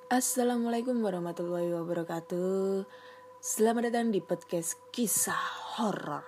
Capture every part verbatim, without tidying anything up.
Assalamualaikum warahmatullahi wabarakatuh. Selamat datang di podcast kisah horor.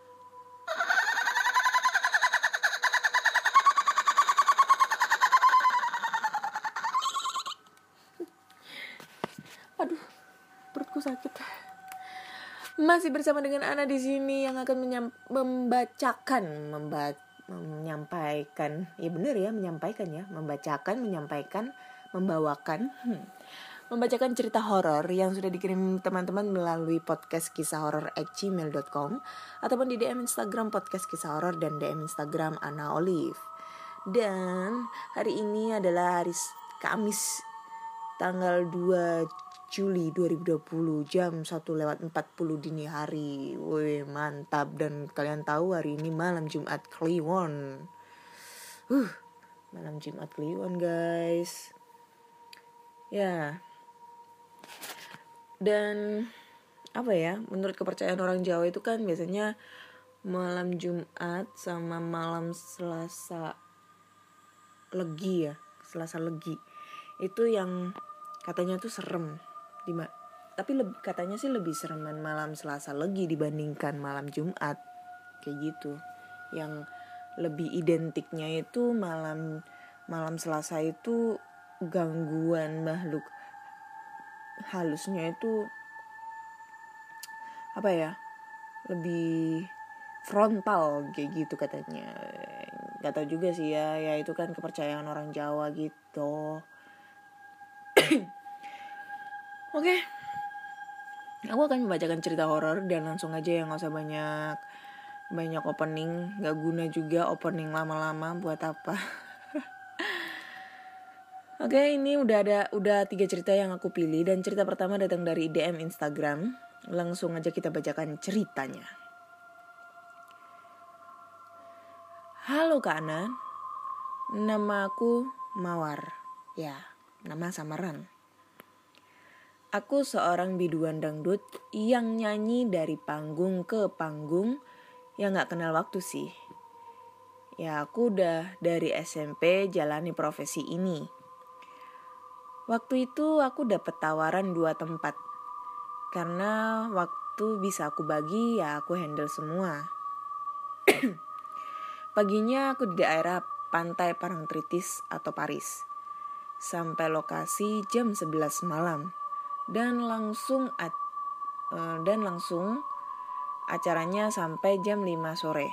Aduh, perutku sakit. Masih bersama dengan Ana di sini yang akan menyam- membacakan, memba- menyampaikan, ya benar ya, menyampaikan ya, membacakan, menyampaikan, membawakan, hmm. membacakan cerita horor yang sudah dikirim teman-teman melalui podcast kisah horor at gmail dot com ataupun di D M Instagram podcast kisah horor dan D M Instagram Ana Olive. Dan hari ini adalah hari Kamis tanggal dua Juli dua ribu dua puluh jam satu lewat empat puluh dini hari. Woi, mantap. Dan kalian tahu hari ini malam Jumat Kliwon. Uh, malam Jumat Kliwon, guys. Ya. Dan apa ya? Menurut kepercayaan orang Jawa itu kan biasanya malam Jumat sama malam Selasa Legi ya, Selasa Legi. Itu yang katanya tuh serem. Dima, tapi lebih, katanya sih lebih sereman malam Selasa Legi dibandingkan malam Jumat. Kayak gitu. Yang lebih identiknya itu malam malam Selasa itu gangguan makhluk halusnya itu apa ya? Lebih frontal kayak gitu katanya. Gak tahu juga sih ya, ya itu kan kepercayaan orang Jawa gitu. Oke, okay. Aku akan membacakan cerita horor dan langsung aja ya, nggak usah banyak banyak opening, nggak guna juga opening lama-lama buat apa. Oke, okay, ini udah ada udah tiga cerita yang aku pilih dan cerita pertama datang dari D M Instagram. Langsung aja kita bacakan ceritanya. Halo Kak Ana, nama aku Mawar. Ya, nama samaran. Aku seorang biduan dangdut yang nyanyi dari panggung ke panggung yang gak kenal waktu sih. Ya aku udah dari S M P jalani profesi ini. Waktu itu aku dapet tawaran dua tempat. Karena waktu bisa aku bagi ya aku handle semua. Paginya aku di daerah Pantai Parangtritis atau Paris. Sampai lokasi jam sebelas malam. Dan langsung at, uh, dan langsung acaranya sampai jam lima sore.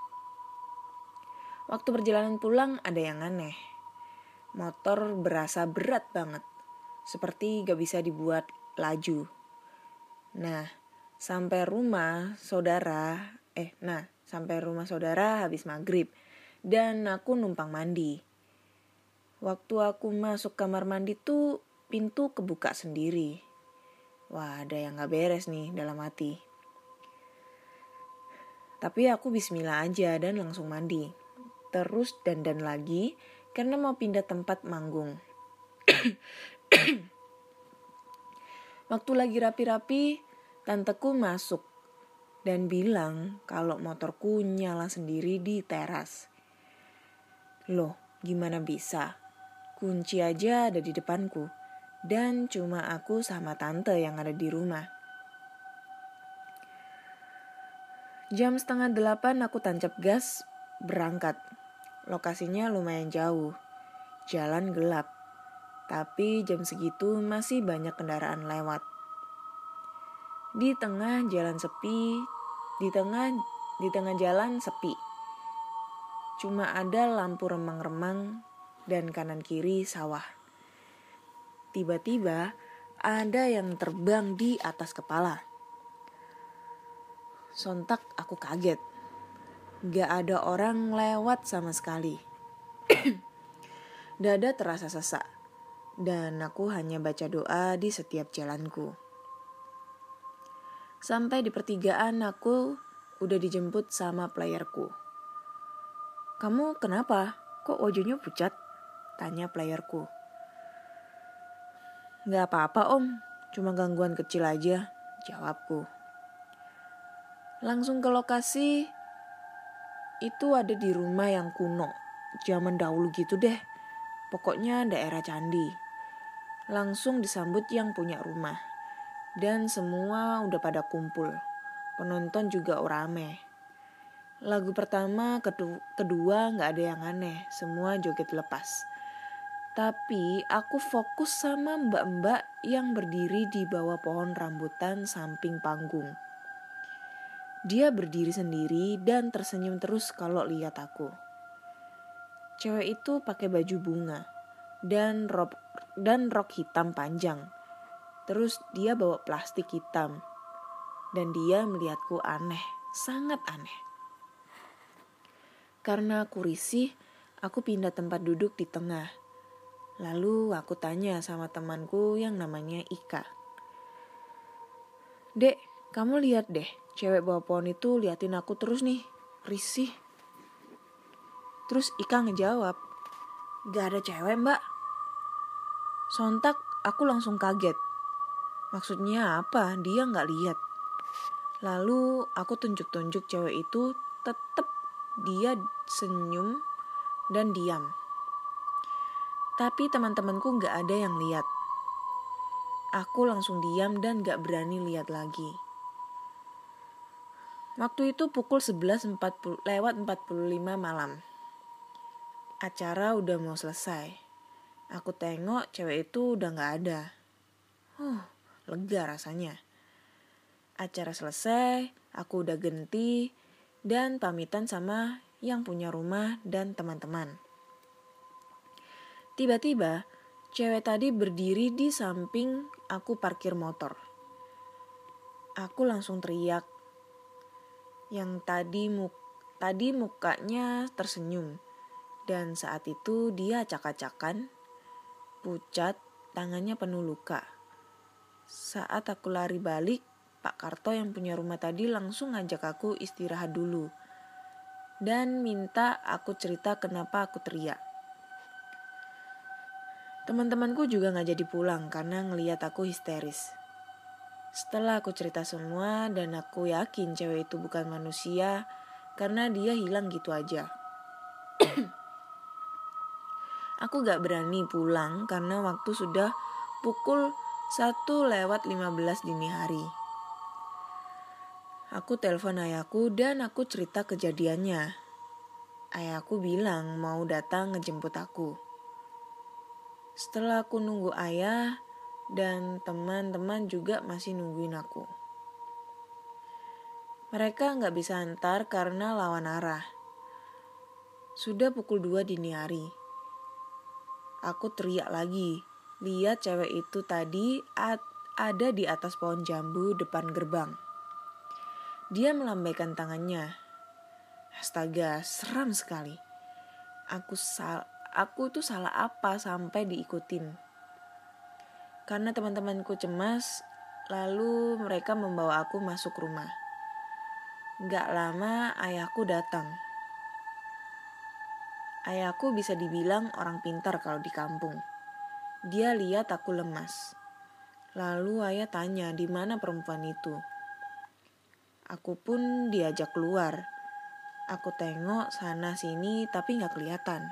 Waktu perjalanan pulang ada yang aneh. Motor berasa berat banget, seperti gak bisa dibuat laju. Nah, sampai rumah saudara, eh, nah, sampai rumah saudara habis maghrib, dan aku numpang mandi. Waktu aku masuk kamar mandi tuh pintu kebuka sendiri. Wah, ada yang gak beres nih dalam hati. Tapi aku bismillah aja dan langsung mandi. Terus dandan lagi karena mau pindah tempat manggung. Waktu lagi rapi-rapi, tanteku masuk dan bilang kalau motorku nyala sendiri di teras. Loh, gimana bisa? Kunci aja ada di depanku dan cuma aku sama tante yang ada di rumah. Jam setengah delapan aku tancap gas berangkat. Lokasinya lumayan jauh, jalan gelap, tapi jam segitu masih banyak kendaraan lewat. Di tengah jalan sepi, di tengah di tengah jalan sepi. Cuma ada lampu remang-remang dan kanan kiri sawah. Tiba-tiba ada yang terbang di atas kepala. Sontak aku kaget. Gak ada orang lewat sama sekali. Dada terasa sesak. Dan aku hanya baca doa di setiap jalanku. Sampai di pertigaan aku udah dijemput sama playerku. Kamu kenapa? Kok wajahnya pucat? Tanya playerku. Gak apa-apa om, cuma gangguan kecil aja, jawabku. Langsung ke lokasi. Itu ada di rumah yang kuno, zaman dahulu gitu deh. Pokoknya daerah candi. langsung disambut yang punya rumah. Dan semua udah pada kumpul. Penonton juga rame. Lagu pertama, kedu- kedua gak ada yang aneh. Semua joget lepas. Tapi aku fokus sama mbak-mbak yang berdiri di bawah pohon rambutan samping panggung. Dia berdiri sendiri dan tersenyum terus kalau lihat aku. Cewek itu pakai baju bunga dan rok dan rok hitam panjang. Terus dia bawa plastik hitam. Dan dia melihatku aneh, sangat aneh. Karena aku risih, aku pindah tempat duduk di tengah. Lalu aku tanya sama temanku yang namanya Ika. Dek, kamu lihat deh, cewek bawah pohon itu liatin aku terus nih, risih. Terus Ika ngejawab, gak ada cewek mbak. Sontak aku langsung kaget. Maksudnya apa? Dia gak lihat. Lalu aku tunjuk-tunjuk cewek itu, tetap dia senyum dan diam. Tapi teman-temanku gak ada yang lihat. Aku langsung diam dan gak berani lihat lagi. Waktu itu pukul sebelas lewat empat puluh lima malam. Acara udah mau selesai. Aku tengok cewek itu udah gak ada. Huh, lega rasanya. Acara selesai, aku udah genti dan pamitan sama yang punya rumah dan teman-teman. Tiba-tiba, cewek tadi berdiri di samping aku parkir motor. Aku langsung teriak. Yang tadi, muk- tadi mukanya tersenyum. Dan saat itu dia acak-acakan, pucat, tangannya penuh luka. Saat aku lari balik, Pak Karto yang punya rumah tadi langsung ngajak aku istirahat dulu. Dan minta aku cerita kenapa aku teriak. Teman-temanku juga gak jadi pulang karena ngelihat aku histeris. Setelah aku cerita semua dan aku yakin cewek itu bukan manusia karena dia hilang gitu aja. Aku gak berani pulang karena waktu sudah pukul satu lewat lima belas dini hari. Aku telepon ayahku dan aku cerita kejadiannya. Ayahku bilang mau datang ngejemput aku. Setelah aku nunggu ayah dan teman-teman juga masih nungguin aku. Mereka gak bisa antar karena lawan arah. Sudah pukul dua dini hari. Aku teriak lagi. Lihat cewek itu tadi ada di atas pohon jambu depan gerbang. Dia melambaikan tangannya. Astaga, seram sekali. Aku sal- aku tuh salah apa sampai diikutin. Karena teman-temanku cemas, lalu mereka membawa aku masuk rumah. Gak lama ayahku datang. Ayahku bisa dibilang orang pintar kalau di kampung. Dia lihat aku lemas. Lalu ayah tanya di mana perempuan itu. Aku pun diajak keluar. Aku tengok sana sini tapi gak kelihatan.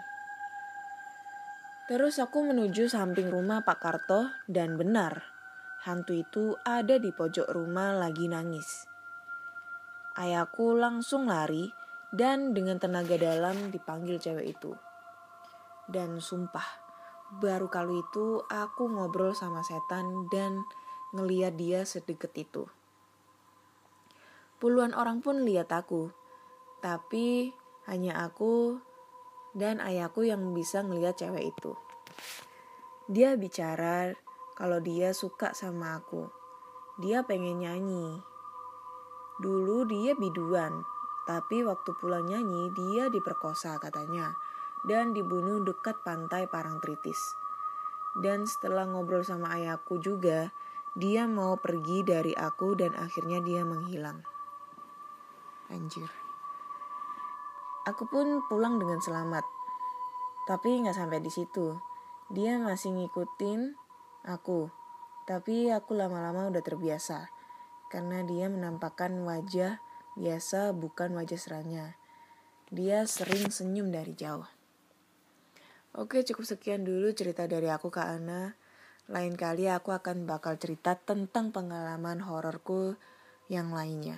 Terus aku menuju samping rumah Pak Karto dan benar, hantu itu ada di pojok rumah lagi nangis. Ayahku langsung lari dan dengan tenaga dalam dipanggil cewek itu. Dan sumpah, baru kali itu aku ngobrol sama setan dan ngeliat dia sedekat itu. Puluhan orang pun lihat aku. Tapi hanya aku dan ayahku yang bisa ngelihat cewek itu. Dia bicara kalau dia suka sama aku. Dia pengen nyanyi. Dulu dia biduan, tapi waktu pulang nyanyi dia diperkosa katanya dan dibunuh dekat pantai Parangtritis. Dan setelah ngobrol sama ayahku juga, dia mau pergi dari aku dan akhirnya dia menghilang. Anjir. Aku pun pulang dengan selamat. Tapi gak sampai di situ. Dia masih ngikutin aku. Tapi aku lama-lama udah terbiasa. Karena dia menampakkan wajah biasa bukan wajah seranya. Dia sering senyum dari jauh. Oke, cukup sekian dulu cerita dari aku Kak Ana. Lain kali aku akan bakal cerita tentang pengalaman hororku yang lainnya.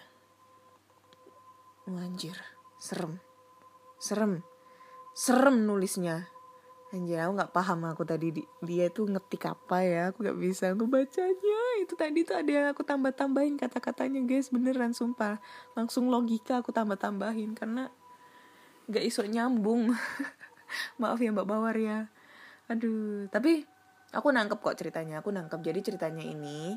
Anjir, serem. Serem. Serem nulisnya. Anjir, aku gak paham aku tadi. Dia tuh ngetik apa ya. Aku gak bisa ngebacanya. Itu tadi tuh ada yang aku tambah-tambahin kata-katanya guys. Beneran sumpah. Langsung logika aku tambah-tambahin. Karena gak iso nyambung. Maaf ya Mbak Mawar ya. Aduh. Tapi aku nangkep kok ceritanya. Aku nangkep. Jadi ceritanya ini,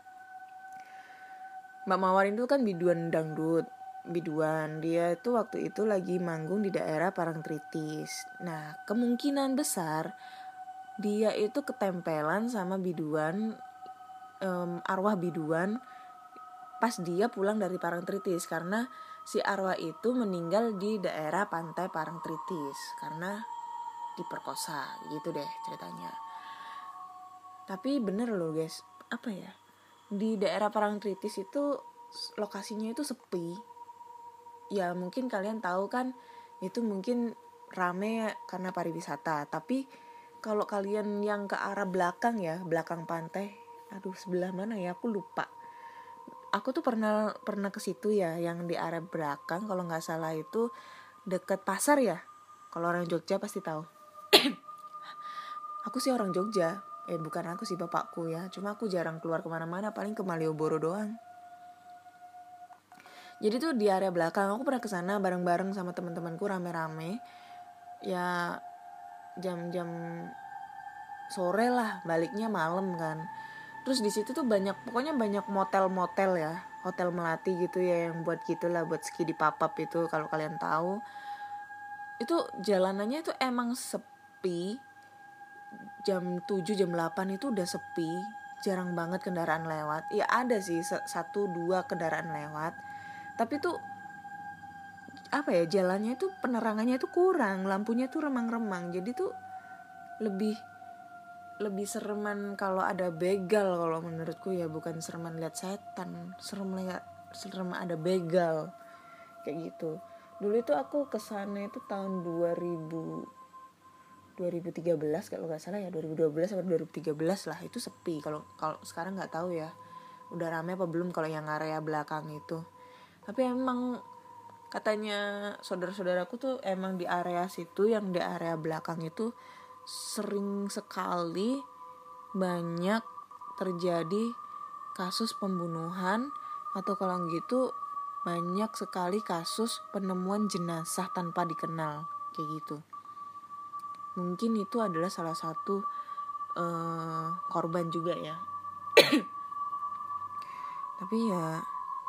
Mbak Mawar itu kan biduan dangdut. Biduan, dia itu waktu itu lagi manggung di daerah Parangtritis. Nah, kemungkinan besar dia itu ketempelan sama biduan, um, arwah biduan pas dia pulang dari Parangtritis, karena si arwah itu meninggal di daerah pantai Parangtritis karena diperkosa gitu deh ceritanya. Tapi bener loh guys, apa ya, di daerah Parangtritis itu lokasinya itu sepi. Ya mungkin kalian tahu kan, itu mungkin rame karena pariwisata. Tapi kalau kalian yang ke arah belakang ya, belakang pantai, aduh sebelah mana ya, aku lupa. Aku tuh pernah pernah ke situ ya, yang di arah belakang kalau nggak salah itu deket pasar ya. Kalau orang Jogja pasti tahu. Aku sih orang Jogja, eh bukan aku sih, bapakku ya. Cuma aku jarang keluar kemana-mana, paling ke Malioboro doang. Jadi tuh di area belakang aku pernah kesana bareng-bareng sama teman-temanku rame-rame. Ya jam-jam sore lah, baliknya malam kan. Terus di situ tuh banyak, pokoknya banyak motel-motel ya, hotel melati gitu ya, yang buat gitulah, buat ski di papap itu kalau kalian tahu. Itu jalanannya itu emang sepi. Jam tujuh, jam delapan itu udah sepi, jarang banget kendaraan lewat. Ya ada sih satu dua kendaraan lewat. Tapi tuh apa ya, jalannya itu penerangannya itu kurang, lampunya tuh remang-remang. Jadi tuh lebih lebih sereman kalau ada begal kalau menurutku ya, bukan sereman lihat setan, serem lihat serem ada begal kayak gitu. Dulu itu aku kesana itu tahun dua ribu dua ribu tiga belas kalau nggak salah ya, dua ribu dua belas atau dua ribu tiga belas lah. Itu sepi. Kalau kalau sekarang nggak tahu ya udah rame apa belum kalau yang area belakang itu. Tapi emang katanya saudara-saudaraku tuh emang di area situ, yang di area belakang itu sering sekali banyak terjadi kasus pembunuhan, atau kalau gitu banyak sekali kasus penemuan jenazah tanpa dikenal kayak gitu. Mungkin itu adalah salah satu uh, korban juga ya. Tapi ya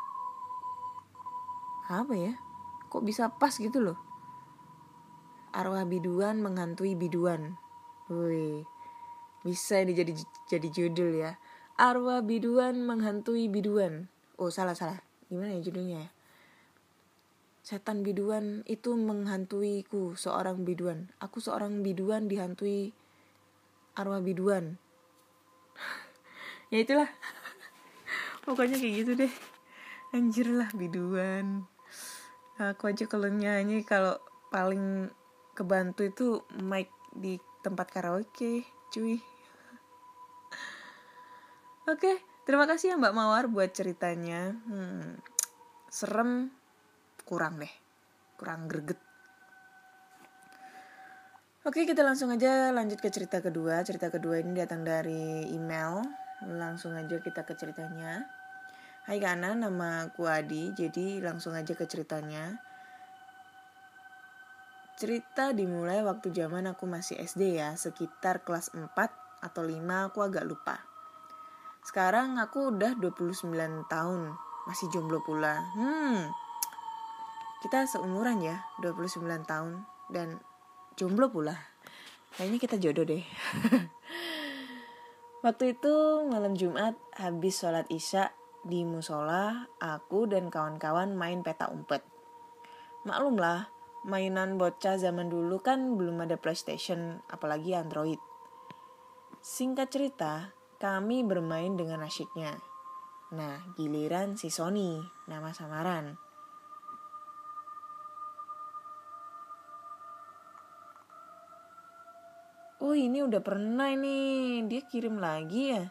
apa ya, kok bisa pas gitu loh, arwah biduan menghantui biduan. Wih, bisa ini jadi jadi judul ya, arwah biduan menghantui biduan. Oh salah salah, gimana ya judulnya ya, setan biduan itu menghantuiku, seorang biduan, aku seorang biduan dihantui arwah biduan. Ya itulah pokoknya kayak gitu deh. Anjir lah biduan. Aku aja kalau nyanyi, kalau paling kebantu itu mic di tempat karaoke, cuy. Oke, terima kasih ya Mbak Mawar buat ceritanya. Hmm, serem kurang deh, kurang greget. Oke, kita langsung aja lanjut ke cerita kedua. Cerita kedua ini datang dari email. Langsung aja kita ke ceritanya. Hai Kana, nama aku Adi, jadi langsung aja ke ceritanya. Cerita dimulai waktu zaman aku masih S D ya, sekitar kelas empat atau lima, aku agak lupa. Sekarang aku udah dua puluh sembilan tahun, masih jomblo pula. Hmm, kita seumuran ya, dua puluh sembilan tahun dan jomblo pula. Kayaknya kita jodoh deh. Waktu itu malam Jumat, habis sholat isya di musola, aku dan kawan-kawan main peta umpet. Maklum lah, mainan bocah zaman dulu kan belum ada PlayStation, apalagi Android. Singkat cerita, kami bermain dengan asyiknya. Nah, giliran si Sony, nama samaran. Oh ini udah pernah ini. Dia kirim lagi ya.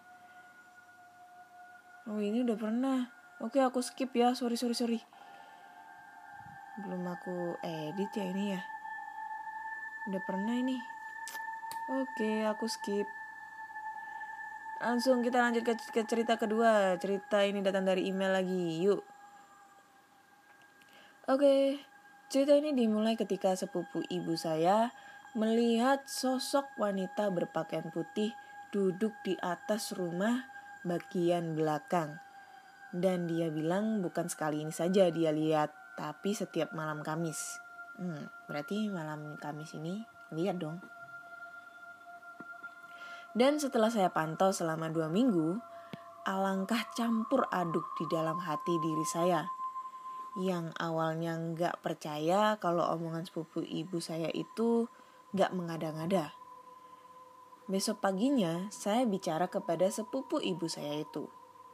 Oh ini udah pernah. Oke aku skip ya. Sorry sorry sorry. Belum aku edit ya ini ya. Udah pernah ini. Oke aku skip. Langsung kita lanjut ke, ke cerita kedua. Cerita ini datang dari email lagi. Yuk. Oke. Cerita ini dimulai ketika sepupu ibu saya melihat sosok wanita berpakaian putih duduk di atas rumah bagian belakang. Dan dia bilang bukan sekali ini saja dia lihat, tapi setiap malam Kamis. Hmm, berarti malam Kamis ini lihat dong. Dan setelah saya pantau selama dua minggu, alangkah campur aduk di dalam hati diri saya. Yang awalnya gak percaya kalau omongan sepupu ibu saya itu gak mengada-ngada. Besok paginya saya bicara kepada sepupu ibu saya itu.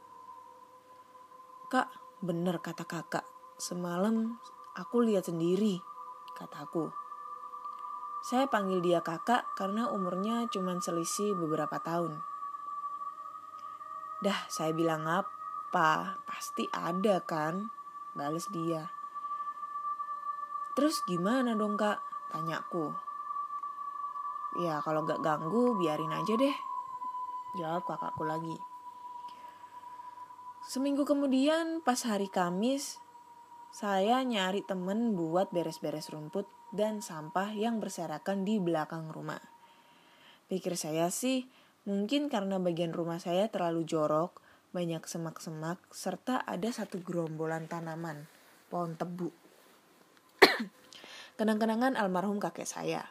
Kak, bener kata kakak. Semalam aku lihat sendiri, kataku. Saya panggil dia kakak karena umurnya cuma selisih beberapa tahun. Dah, saya bilang apa? Pasti ada kan? Balas dia. Terus gimana dong kak? Tanyaku. Ya kalau gak ganggu biarin aja deh. Jawab kakakku lagi. Seminggu kemudian pas hari Kamis, saya nyari temen buat beres-beres rumput dan sampah yang berserakan di belakang rumah. Pikir saya sih, mungkin karena bagian rumah saya terlalu jorok, banyak semak-semak, serta ada satu gerombolan tanaman, pohon tebu. Kenang-kenangan almarhum kakek saya.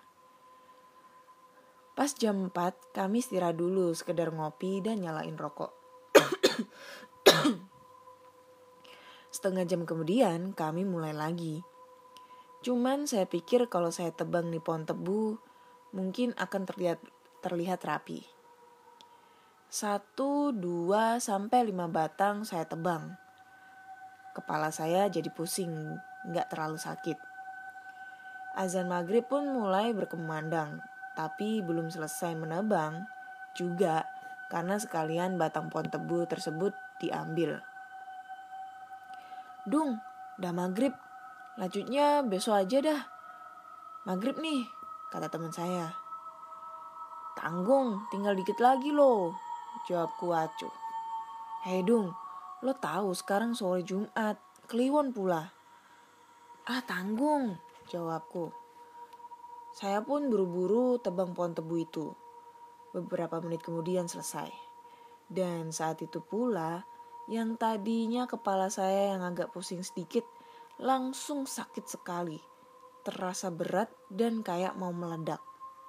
Pas jam empat, kami istirahat dulu, sekedar ngopi dan nyalain rokok. Setengah jam kemudian, kami mulai lagi. Cuman saya pikir kalau saya tebang di pohon tebu, mungkin akan terlihat, terlihat rapi. Satu, dua, sampai lima batang saya tebang. Kepala saya jadi pusing, gak terlalu sakit. Azan maghrib pun mulai berkumandang, tapi belum selesai menebang juga karena sekalian batang pohon tebu tersebut diambil. Dung, dah maghrib, lanjutnya besok aja dah. Maghrib nih, kata teman saya. Tanggung, tinggal dikit lagi loh, jawabku acuh. Hei Dung, lo tahu sekarang sore Jumat, Kliwon pula. Ah tanggung, jawabku. Saya pun buru-buru tebang pohon tebu itu. Beberapa menit kemudian selesai. Dan saat itu pula, yang tadinya kepala saya yang agak pusing sedikit, langsung sakit sekali. Terasa berat dan kayak mau meledak.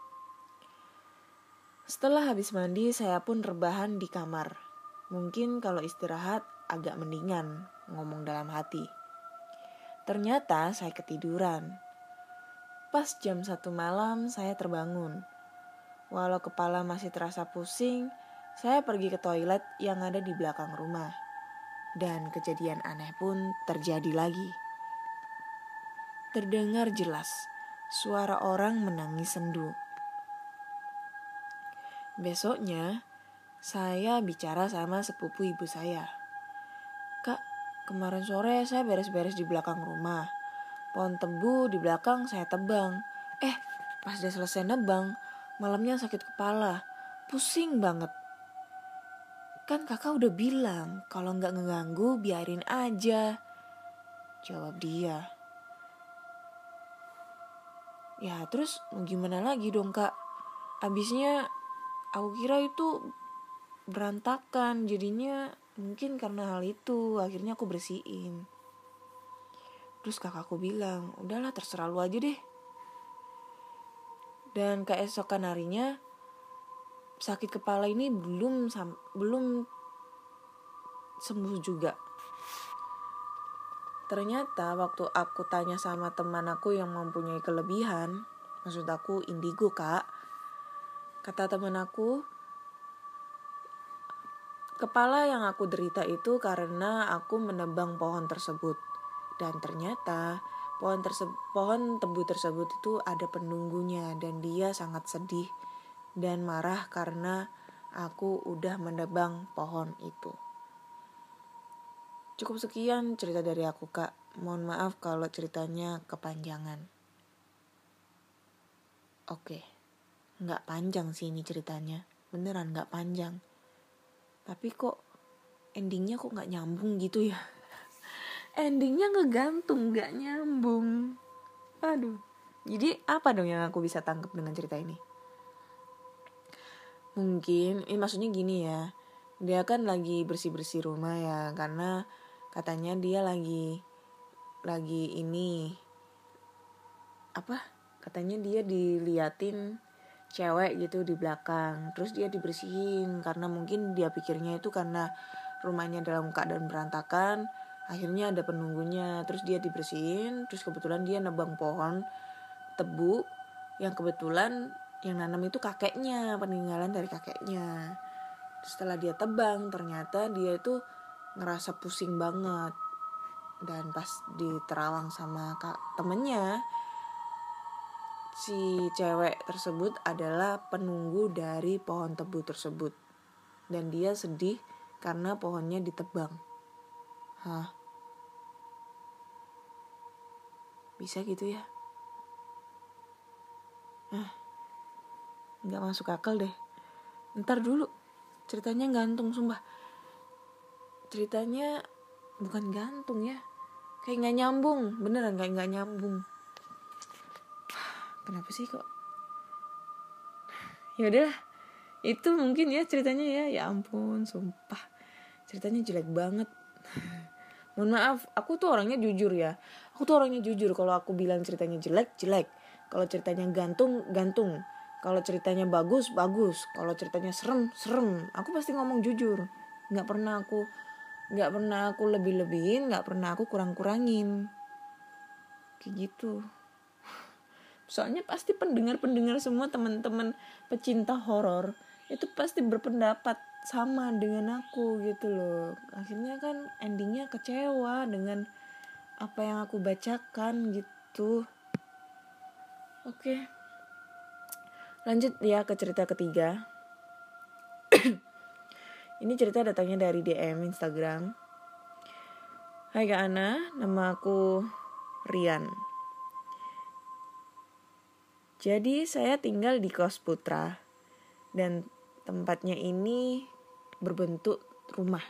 Setelah habis mandi, saya pun rebahan di kamar. Mungkin kalau istirahat agak mendingan, ngomong dalam hati. Ternyata saya ketiduran. Pas jam satu malam saya terbangun. Walau kepala masih terasa pusing, saya pergi ke toilet yang ada di belakang rumah. Dan kejadian aneh pun terjadi lagi. Terdengar jelas suara orang menangis sendu. Besoknya, saya bicara sama sepupu ibu saya. Kak, kemarin sore saya beres-beres di belakang rumah. Pohon tebu di belakang saya tebang. Eh, pas dia selesai nebang, malamnya sakit kepala. Pusing banget. Kan kakak udah bilang, kalau gak ngeganggu biarin aja. Jawab dia. Ya terus mau gimana lagi dong kak? Abisnya aku kira itu berantakan. Jadinya mungkin karena hal itu akhirnya aku bersihin. Terus kakakku bilang, udahlah terserah lu aja deh. Dan keesokan harinya, sakit kepala ini belum sam- belum sembuh juga. Ternyata waktu aku tanya sama teman aku yang mempunyai kelebihan, maksud aku indigo kak, kata teman aku, kepala yang aku derita itu karena aku menebang pohon tersebut. Dan ternyata pohon tersebut, pohon tebu tersebut itu ada penunggunya dan dia sangat sedih dan marah karena aku udah menebang pohon itu. Cukup sekian cerita dari aku, Kak. Mohon maaf kalau ceritanya kepanjangan. Oke, gak panjang sih ini ceritanya. Beneran gak panjang. Tapi kok endingnya kok gak nyambung gitu ya. Endingnya ngegantung, gak nyambung. Aduh. Jadi apa dong yang aku bisa tangkap dengan cerita ini? Mungkin, ini maksudnya gini ya. Dia kan lagi bersih-bersih rumah ya. Karena katanya dia lagi Lagi ini Apa? Katanya dia diliatin cewek gitu di belakang. Terus dia dibersihin. Karena mungkin dia pikirnya itu karena rumahnya dalam keadaan berantakan, akhirnya ada penunggunya. Terus dia dibersihin. Terus kebetulan dia nebang pohon tebu yang kebetulan yang nanam itu kakeknya, peninggalan dari kakeknya. Setelah dia tebang, ternyata dia itu ngerasa pusing banget. Dan pas diterawang sama kak, temennya, si cewek tersebut adalah penunggu dari pohon tebu tersebut. Dan dia sedih karena pohonnya ditebang. Hah? Bisa gitu ya? Hah? Gak masuk akal deh. Ntar dulu, ceritanya gantung sumpah. Ceritanya bukan gantung ya, kayak gak nyambung. Beneran kayak gak nyambung. Kenapa sih kok? Ya udah, itu mungkin ya ceritanya ya. Ya ampun, sumpah ceritanya jelek banget. Mohon maaf, aku tuh orangnya jujur ya. Aku tuh orangnya jujur. Kalau aku bilang ceritanya jelek, jelek. Kalau ceritanya gantung, gantung. Kalau ceritanya bagus, bagus. Kalau ceritanya serem, serem. Aku pasti ngomong jujur. Gak pernah aku Gak pernah aku lebih-lebihin, gak pernah aku kurang-kurangin. Kayak gitu. Soalnya pasti pendengar-pendengar semua, teman-teman pecinta horor itu pasti berpendapat sama dengan aku gitu loh. Akhirnya kan endingnya kecewa dengan apa yang aku bacakan gitu. Oke, lanjut ya ke cerita ketiga. Ini cerita datangnya dari D M Instagram. Hai Kak Ana, nama aku Rian. Jadi saya tinggal di kos Putra. Dan tempatnya ini berbentuk rumah.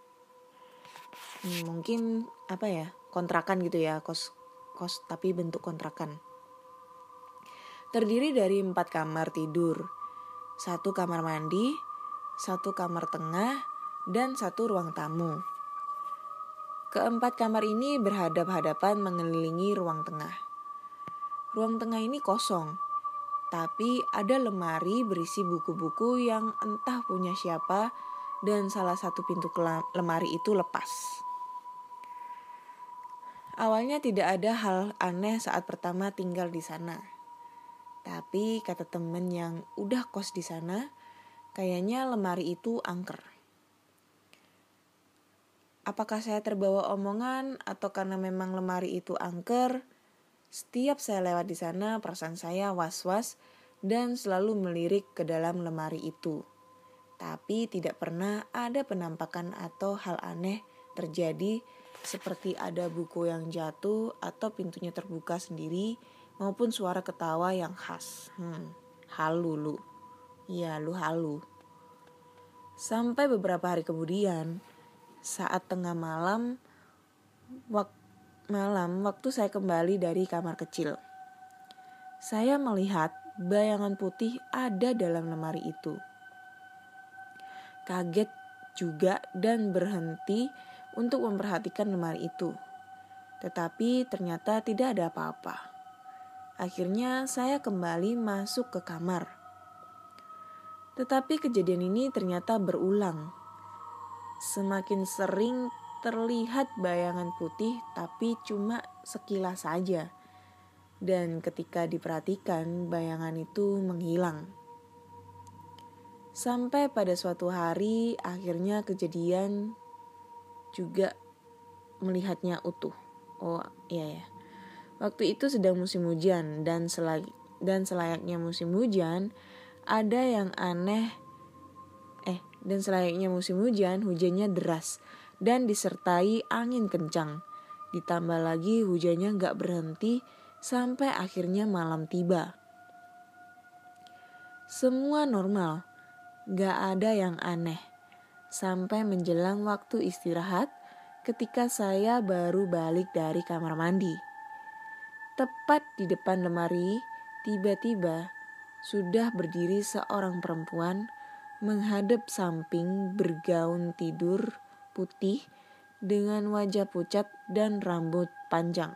Hmm, mungkin apa ya, kontrakan gitu ya, kos kos tapi bentuk kontrakan. Terdiri dari empat kamar tidur, satu kamar mandi, satu kamar tengah, dan satu ruang tamu. Keempat kamar ini berhadap-hadapan mengelilingi ruang tengah. Ruang tengah ini kosong, tapi ada lemari berisi buku-buku yang entah punya siapa, dan salah satu pintu lemari itu lepas. Awalnya tidak ada hal aneh saat pertama tinggal di sana. Tapi kata temen yang udah kos di sana, kayaknya lemari itu angker. Apakah saya terbawa omongan atau karena memang lemari itu angker? Setiap saya lewat di sana, perasaan saya was-was dan selalu melirik ke dalam lemari itu. Tapi tidak pernah ada penampakan atau hal aneh terjadi seperti ada buku yang jatuh atau pintunya terbuka sendiri maupun suara ketawa yang khas. Hmm, halu lu. Iya, lu halu. Sampai beberapa hari kemudian, saat tengah malam, wak- malam waktu saya kembali dari kamar kecil, saya melihat bayangan putih ada dalam lemari itu. Kaget juga dan berhenti untuk memperhatikan lemari itu. Tetapi ternyata tidak ada apa-apa. Akhirnya saya kembali masuk ke kamar. Tetapi kejadian ini ternyata berulang. Semakin sering terlihat bayangan putih tapi cuma sekilas saja. Dan ketika diperhatikan bayangan itu menghilang. Sampai pada suatu hari akhirnya kejadian juga melihatnya utuh. Oh iya ya. Waktu itu sedang musim hujan dan selay- dan selayaknya musim hujan, Ada yang aneh, eh dan selayaknya musim hujan, hujannya deras dan disertai angin kencang. Ditambah lagi hujannya gak berhenti sampai akhirnya malam tiba. Semua normal, gak ada yang aneh. Sampai menjelang waktu istirahat ketika saya baru balik dari kamar mandi. Tepat di depan lemari, tiba-tiba sudah berdiri seorang perempuan menghadap samping bergaun tidur putih dengan wajah pucat dan rambut panjang.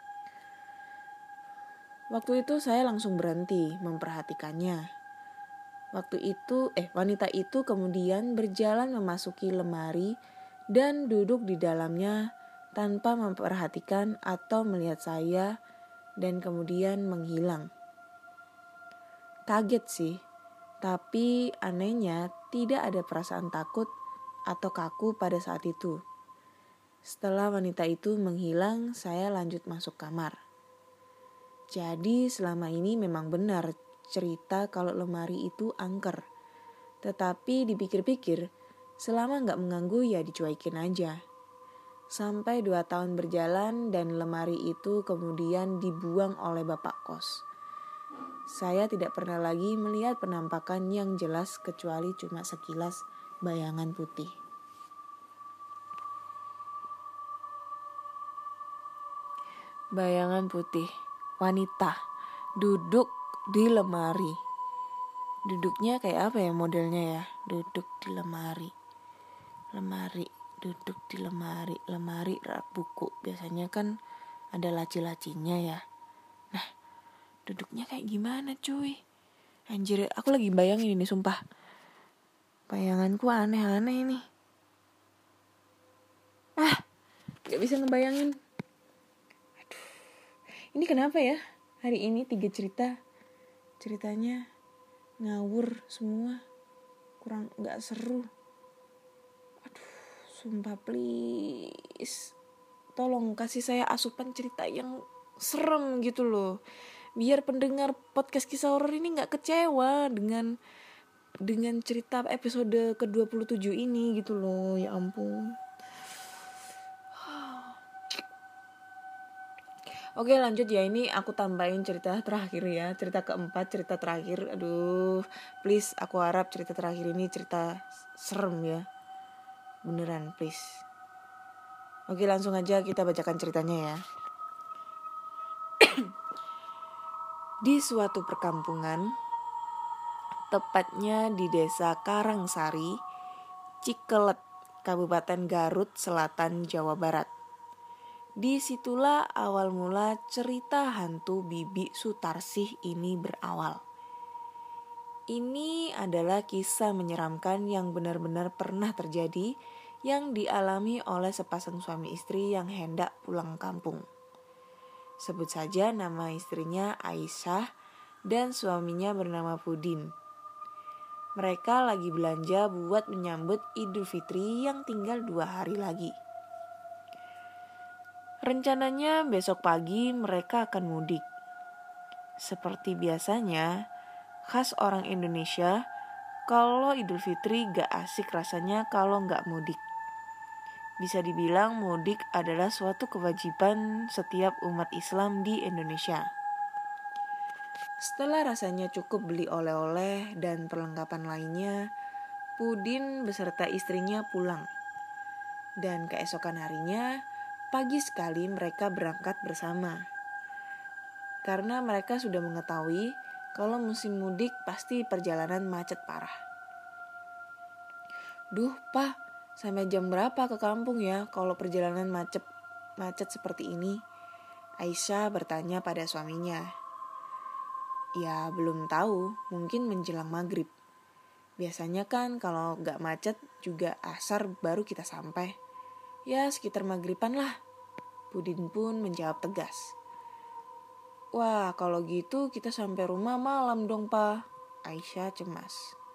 Waktu itu saya langsung berhenti memperhatikannya. Waktu itu, eh wanita itu kemudian berjalan memasuki lemari dan duduk di dalamnya tanpa memperhatikan atau melihat saya dan kemudian menghilang. Kaget sih, tapi anehnya tidak ada perasaan takut atau kaku pada saat itu. Setelah wanita itu menghilang, saya lanjut masuk kamar. Jadi selama ini memang benar cerita kalau lemari itu angker. Tetapi dipikir-pikir, selama gak mengganggu ya dicuekin aja. Sampai dua tahun berjalan dan lemari itu kemudian dibuang oleh bapak kos. Saya tidak pernah lagi melihat penampakan yang jelas kecuali cuma sekilas bayangan putih. Bayangan putih, wanita, duduk di lemari. Duduknya kayak apa ya modelnya ya? Duduk di lemari. Lemari, duduk di lemari. Lemari rak buku. Biasanya kan ada laci-lacinya ya. Nah, duduknya kayak gimana cuy? Anjir, aku lagi bayangin ini sumpah. Bayanganku aneh-aneh ini. Ah, gak bisa ngebayangin. Aduh, ini kenapa ya? Hari ini tiga cerita. Ceritanya ngawur semua. Kurang gak seru. Aduh, sumpah please. Tolong kasih saya asupan cerita yang serem gitu loh. Biar pendengar podcast kisah horor ini gak kecewa dengan dengan cerita episode ke dua puluh tujuh ini gitu loh. Ya ampun. Oke lanjut ya, ini aku tambahin cerita terakhir ya. Cerita keempat, cerita terakhir. Aduh, please aku harap cerita terakhir ini cerita serem ya. Beneran please. Oke langsung aja kita bacakan ceritanya ya. Di suatu perkampungan, tepatnya di desa Karangsari, Cikelet, Kabupaten Garut Selatan, Jawa Barat. Disitulah awal mula cerita hantu Bibi Sutarsih ini berawal. Ini adalah kisah menyeramkan yang benar-benar pernah terjadi yang dialami oleh sepasang suami istri yang hendak pulang kampung. Sebut saja nama istrinya Aisyah dan suaminya bernama Pudin. Mereka lagi belanja buat menyambut Idul Fitri yang tinggal dua hari lagi. Rencananya besok pagi mereka akan mudik. Seperti biasanya, khas orang Indonesia, kalau Idul Fitri gak asik rasanya kalau gak mudik. Bisa dibilang mudik adalah suatu kewajiban setiap umat Islam di Indonesia. Setelah rasanya cukup beli oleh-oleh dan perlengkapan lainnya, Pudin beserta istrinya pulang. Dan keesokan harinya, pagi sekali mereka berangkat bersama. Karena mereka sudah mengetahui kalau musim mudik pasti perjalanan macet parah. Duh, Pak, sampai jam berapa ke kampung ya kalau perjalanan macet macet seperti ini? Aisyah bertanya pada suaminya. Ya, belum tahu, mungkin menjelang maghrib. Biasanya kan kalau gak macet juga asar baru kita sampai. Ya sekitar maghriban lah. Pudin pun menjawab tegas. Wah kalau gitu kita sampai rumah malam dong Pa. Aisyah cemas.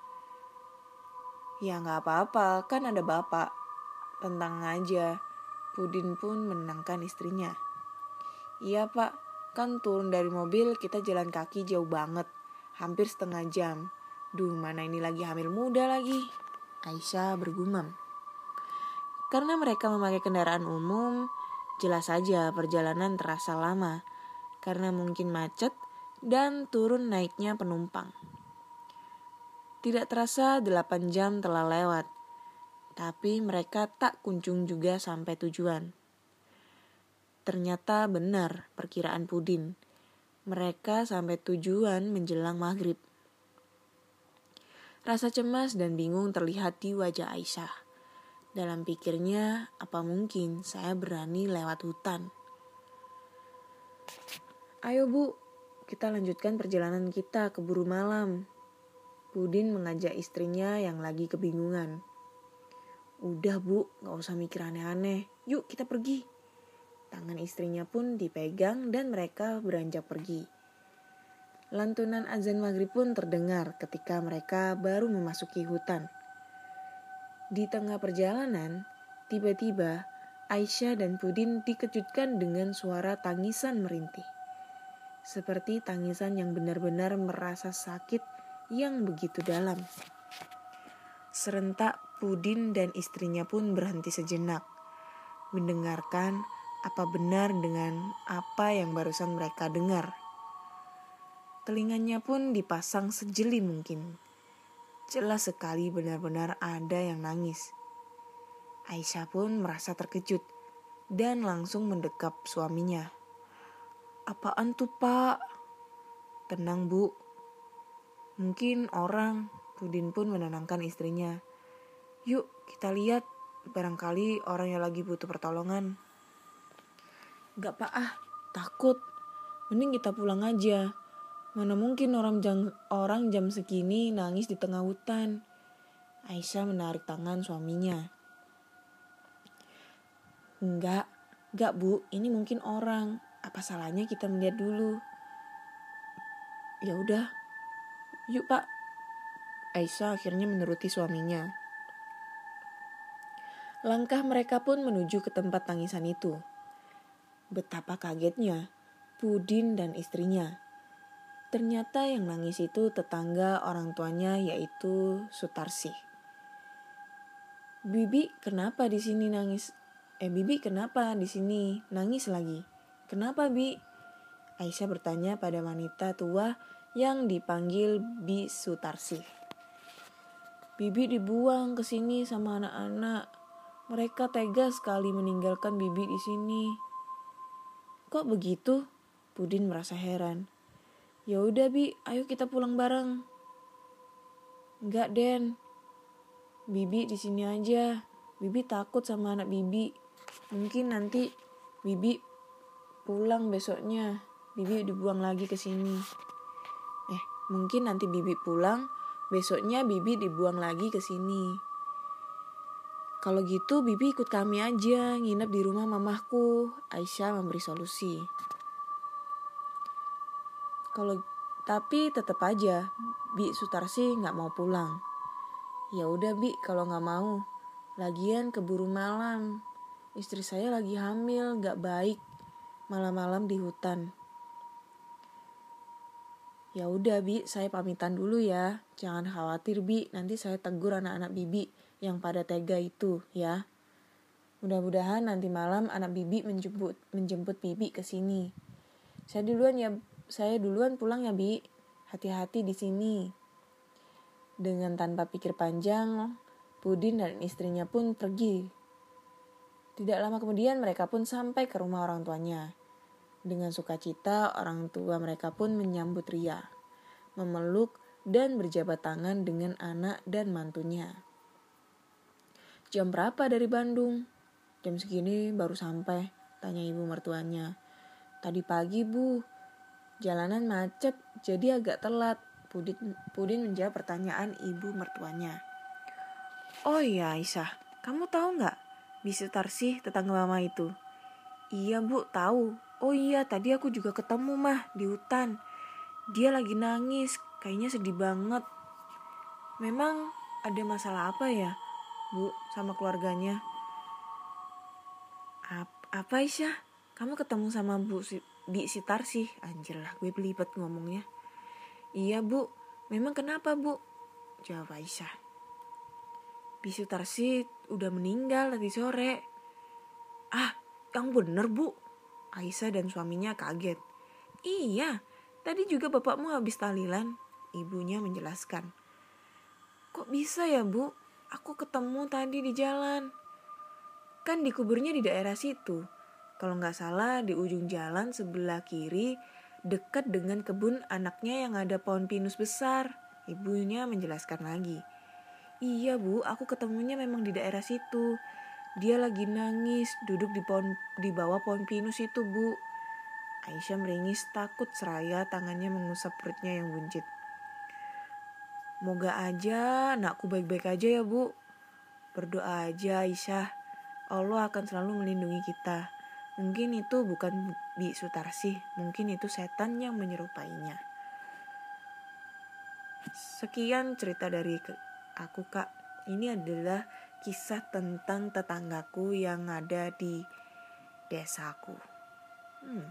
Ya gak apa-apa, kan ada bapak. Tentang aja. Pudin pun menenangkan istrinya. Iya Pak, kan turun dari mobil kita jalan kaki jauh banget. Hampir setengah jam. Duh, mana ini lagi hamil muda lagi, Aisyah bergumam. Karena mereka memakai kendaraan umum, jelas saja perjalanan terasa lama. Karena mungkin macet dan turun naiknya penumpang. Tidak terasa delapan jam telah lewat. Tapi mereka tak kunjung juga sampai tujuan. Ternyata benar perkiraan Pudin. Mereka sampai tujuan menjelang maghrib. Rasa cemas dan bingung terlihat di wajah Aisyah. Dalam pikirnya, apa mungkin saya berani lewat hutan? Ayo bu, kita lanjutkan perjalanan kita keburu malam. Pudin mengajak istrinya yang lagi kebingungan. Udah bu, gak usah mikir aneh-aneh. Yuk kita pergi. Tangan istrinya pun dipegang dan mereka beranjak pergi. Lantunan azan maghrib pun terdengar ketika mereka baru memasuki hutan. Di tengah perjalanan, tiba-tiba Aisyah dan Pudin dikejutkan dengan suara tangisan merintih. Seperti tangisan yang benar-benar merasa sakit yang begitu dalam. Serentak Pudin dan istrinya pun berhenti sejenak, mendengarkan apa benar dengan apa yang barusan mereka dengar. Telinganya pun dipasang sejeli mungkin. Jelas sekali benar-benar ada yang nangis. Aisyah pun merasa terkejut dan langsung mendekap suaminya. Apaan tuh pak? Tenang bu. Mungkin orang. Pudin pun menenangkan istrinya. Yuk kita lihat. Barangkali orang yang lagi butuh pertolongan. Gak pak ah, takut. Mending kita pulang aja. Mana mungkin orang jam, orang jam segini nangis di tengah hutan. Aisyah menarik tangan suaminya. Enggak, enggak bu, ini mungkin orang. Apa salahnya kita melihat dulu? Ya udah, yuk pak. Aisyah akhirnya menuruti suaminya. Langkah mereka pun menuju ke tempat tangisan itu. Betapa kagetnya Pudin dan istrinya. Ternyata yang nangis itu tetangga orang tuanya yaitu Sutarsih. Bibi kenapa di sini nangis? Eh Bibi kenapa di sini nangis lagi? Kenapa Bi? Aisyah bertanya pada wanita tua yang dipanggil Bi Sutarsih. Bibi dibuang ke sini sama anak-anak. Mereka tega sekali meninggalkan Bibi di sini. Kok begitu? Pudin merasa heran. Ya udah Bi, ayo kita pulang bareng. Enggak Den, Bibi di sini aja. Bibi takut sama anak Bibi. Mungkin nanti Bibi pulang besoknya. Bibi dibuang lagi ke sini. Eh, mungkin nanti Bibi pulang, besoknya Bibi dibuang lagi ke sini. Kalau gitu Bibi ikut kami aja, nginep di rumah mamahku. Aisyah memberi solusi. Kalau tapi tetap aja Bi Sutarsih nggak mau pulang. Ya udah Bi, kalau nggak mau. Lagian keburu malam. Istri saya lagi hamil, nggak baik malam-malam di hutan. Ya udah Bi, saya pamitan dulu ya. Jangan khawatir Bi, nanti saya tegur anak-anak Bibi yang pada tega itu ya. Mudah-mudahan nanti malam anak Bibi menjemput menjemput Bibi ke sini. Saya duluan ya. Saya duluan pulang ya Bi, hati-hati di sini. Dengan tanpa pikir panjang, Pudin dan istrinya pun pergi. Tidak lama kemudian mereka pun sampai ke rumah orang tuanya. Dengan sukacita orang tua mereka pun menyambut Ria, memeluk dan berjabat tangan dengan anak dan mantunya. Jam berapa dari Bandung? Jam segini baru sampai, tanya ibu mertuanya. Tadi pagi bu. Jalanan macet, jadi agak telat. Pudin, Pudin menjawab pertanyaan ibu mertuanya. Oh iya Aisyah, kamu tahu nggak Bi Sutarsih tetangga mama itu? Iya bu, tahu. Oh iya, tadi aku juga ketemu mah di hutan. Dia lagi nangis, kayaknya sedih banget. Memang ada masalah apa ya, bu, sama keluarganya? Ap- apa Aisyah? Kamu ketemu sama Bu Bi Sutarsih? Anjir lah, gue belibet ngomongnya. Iya bu, memang kenapa bu? jawab Aisyah. Bisu Tarsi udah meninggal tadi sore. Ah, yang bener bu? Aisyah dan suaminya kaget. Iya, tadi juga bapakmu habis tahlilan, ibunya menjelaskan. Kok bisa ya bu? Aku ketemu tadi di jalan. Kan dikuburnya di daerah situ. Kalau gak salah di ujung jalan sebelah kiri, dekat dengan kebun anaknya yang ada pohon pinus besar, ibunya menjelaskan lagi. Iya bu, aku ketemunya memang di daerah situ. Dia lagi nangis, duduk di pohon di bawah pohon pinus itu bu. Aisyah meringis takut seraya tangannya mengusap perutnya yang buncit. Moga aja anakku baik-baik aja ya bu. Berdoa aja Aisyah. Allah akan selalu melindungi kita. Mungkin itu bukan bisu Tarsi, mungkin itu setan yang menyerupainya. Sekian cerita dari aku kak. Ini adalah kisah tentang tetanggaku yang ada di desaku. Hmm.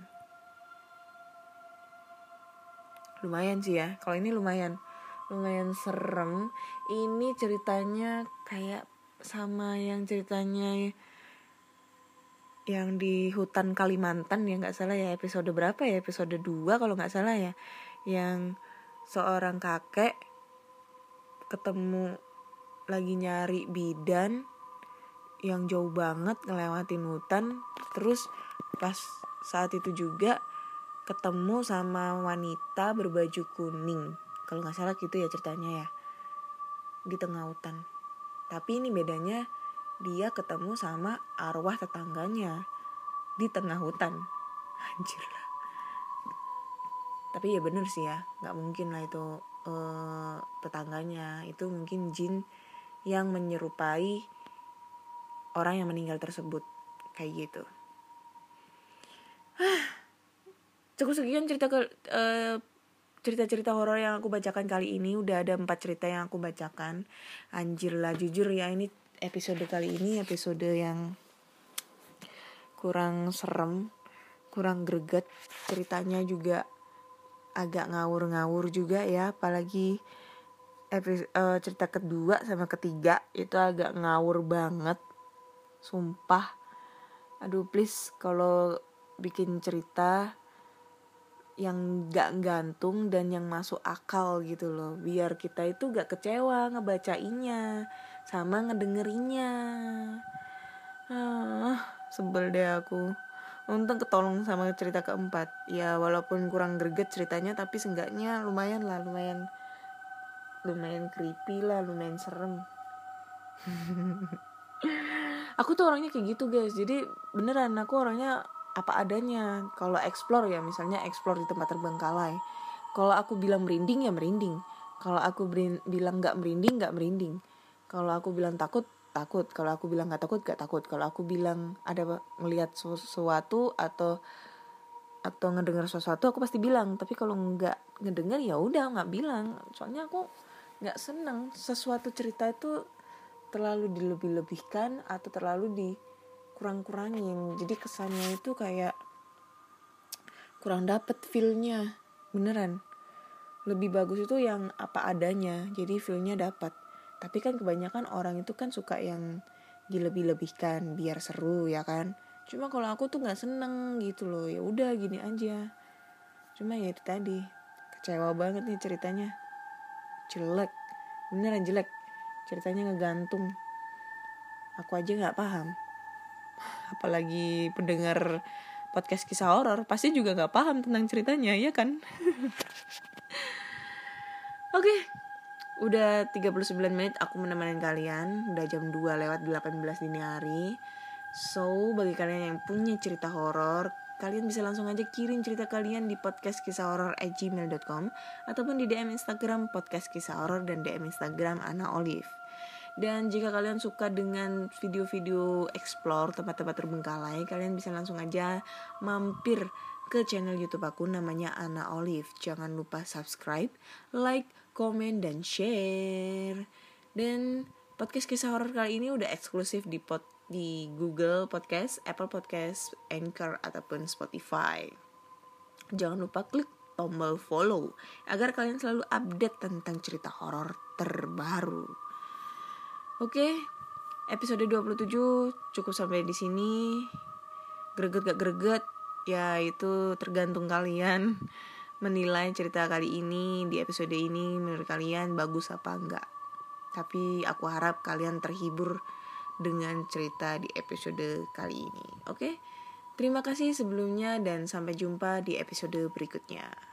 Lumayan sih ya, kalau ini lumayan. Lumayan serem. Ini ceritanya kayak sama yang ceritanya yang di hutan Kalimantan ya gak salah ya. Episode berapa ya, episode dua kalau gak salah ya. Yang seorang kakek ketemu lagi nyari bidan yang jauh banget ngelewatin hutan. Terus pas saat itu juga ketemu sama wanita berbaju kuning, kalau gak salah gitu ya ceritanya ya, di tengah hutan. Tapi ini bedanya, dia ketemu sama arwah tetangganya di tengah hutan. Anjir lah. Tapi ya bener sih ya, gak mungkin lah itu uh, tetangganya. Itu mungkin jin yang menyerupai orang yang meninggal tersebut. Kayak gitu. Cukup sekian cerita ke, uh, cerita-cerita horor yang aku bacakan kali ini. Udah ada empat cerita yang aku bacakan. Anjir lah, jujur ya, ini episode kali ini episode yang kurang serem, kurang greget. Ceritanya juga agak ngawur-ngawur juga ya. Apalagi episode, uh, cerita kedua sama ketiga itu agak ngawur banget. Sumpah. Aduh please, kalau bikin cerita yang gak gantung dan yang masuk akal gitu loh, biar kita itu gak kecewa ngebacainnya sama ngedengerinnya. Ah, sebel deh aku. Untung ketolong sama cerita keempat. Ya walaupun kurang greget ceritanya, tapi seenggaknya lumayan lah, lumayan lumayan creepy lah, lumayan serem. Aku tuh orangnya kayak gitu guys. Jadi beneran aku orangnya apa adanya. Kalau explore ya, misalnya explore di tempat terbengkalai, kalau aku bilang merinding ya merinding. Kalau aku berin- bilang gak merinding gak merinding. Kalau aku bilang takut takut. Kalau aku bilang gak takut gak takut. Kalau aku bilang ada ngelihat sesuatu atau atau ngedengar sesuatu, aku pasti bilang. Tapi kalau nggak ngedengar ya udah nggak bilang. Soalnya aku nggak seneng sesuatu cerita itu terlalu dilebih-lebihkan atau terlalu dikurang-kurangin. Jadi kesannya itu kayak kurang dapet feel-nya. Beneran. Lebih bagus itu yang apa adanya. Jadi feel-nya dapat. Tapi kan kebanyakan orang itu kan suka yang dilebih-lebihkan biar seru ya kan. Cuma kalau aku tuh nggak seneng gitu loh. Ya udah gini aja. Cuma ya itu tadi. Kecewa banget nih ceritanya. Jelek. Beneran jelek. Ceritanya ngegantung. Aku aja gak paham. Apalagi pendengar podcast kisah horor pasti juga gak paham tentang ceritanya, ya kan? Oke, okay. Udah tiga puluh sembilan menit aku menemani kalian. Udah jam dua lewat delapan belas dini hari. So, bagi kalian yang punya cerita horor, kalian bisa langsung aja kirim cerita kalian di podcast kisah horor at gmail dot com ataupun di D M Instagram podcast kisah horor dan D M Instagram Ana Olive. Dan jika kalian suka dengan video-video explore tempat-tempat terbengkalai, kalian bisa langsung aja mampir ke channel YouTube aku namanya Ana Olive. Jangan lupa subscribe, like, komen, dan share. Dan podcast kisah horor kali ini udah eksklusif di pod, di Google Podcast, Apple Podcast, Anchor, ataupun Spotify. Jangan lupa klik tombol follow agar kalian selalu update tentang cerita horor terbaru. Oke, episode dua puluh tujuh cukup sampai di sini. Greget gak greget, ya itu tergantung kalian menilai cerita kali ini di episode ini menurut kalian bagus apa enggak. Tapi aku harap kalian terhibur dengan cerita di episode kali ini. Oke? Terima kasih sebelumnya dan sampai jumpa di episode berikutnya.